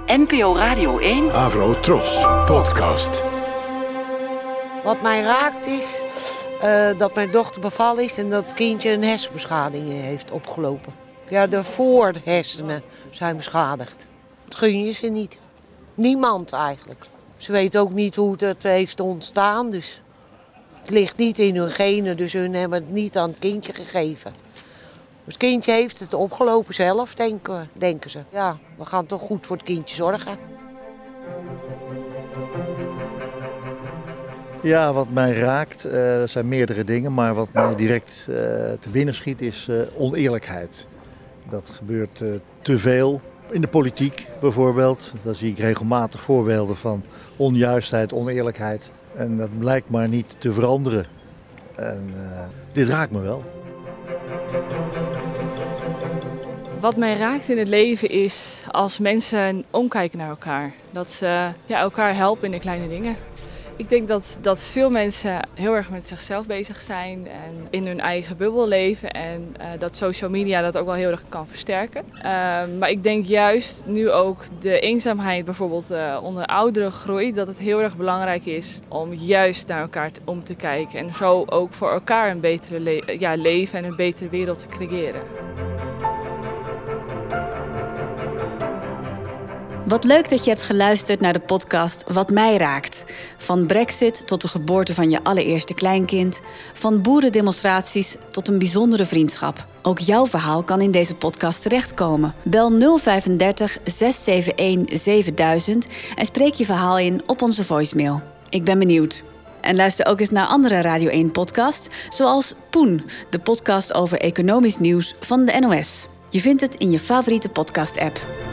NPO Radio 1. Avro Tros podcast. Wat mij raakt is dat mijn dochter bevallen is en dat het kindje een hersenbeschadiging heeft opgelopen. Ja, de voorhersenen zijn beschadigd. Dat gun je ze niet. Niemand eigenlijk. Ze weet ook niet hoe het heeft ontstaan, dus het ligt niet in hun genen, dus hun hebben het niet aan het kindje gegeven. Het kindje heeft het opgelopen zelf, denken ze. Ja, we gaan toch goed voor het kindje zorgen. Ja, wat mij raakt, er zijn meerdere dingen, maar wat mij direct te binnen schiet is oneerlijkheid. Dat gebeurt te veel. In de politiek bijvoorbeeld, daar zie ik regelmatig voorbeelden van onjuistheid, oneerlijkheid. En dat blijkt maar niet te veranderen. En dit raakt me wel. Wat mij raakt in het leven is als mensen omkijken naar elkaar. Dat ze elkaar helpen in de kleine dingen. Ik denk dat veel mensen heel erg met zichzelf bezig zijn en in hun eigen bubbel leven. En dat social media dat ook wel heel erg kan versterken. Maar ik denk juist nu ook de eenzaamheid bijvoorbeeld onder ouderen groeit. Dat het heel erg belangrijk is om juist naar elkaar om te kijken. En zo ook voor elkaar een betere leven en een betere wereld te creëren. Wat leuk dat je hebt geluisterd naar de podcast Wat mij raakt. Van Brexit tot de geboorte van je allereerste kleinkind. Van boerendemonstraties tot een bijzondere vriendschap. Ook jouw verhaal kan in deze podcast terechtkomen. Bel 035 671 7000 en spreek je verhaal in op onze voicemail. Ik ben benieuwd. En luister ook eens naar andere Radio 1-podcasts, zoals Poen, de podcast over economisch nieuws van de NOS. Je vindt het in je favoriete podcast-app.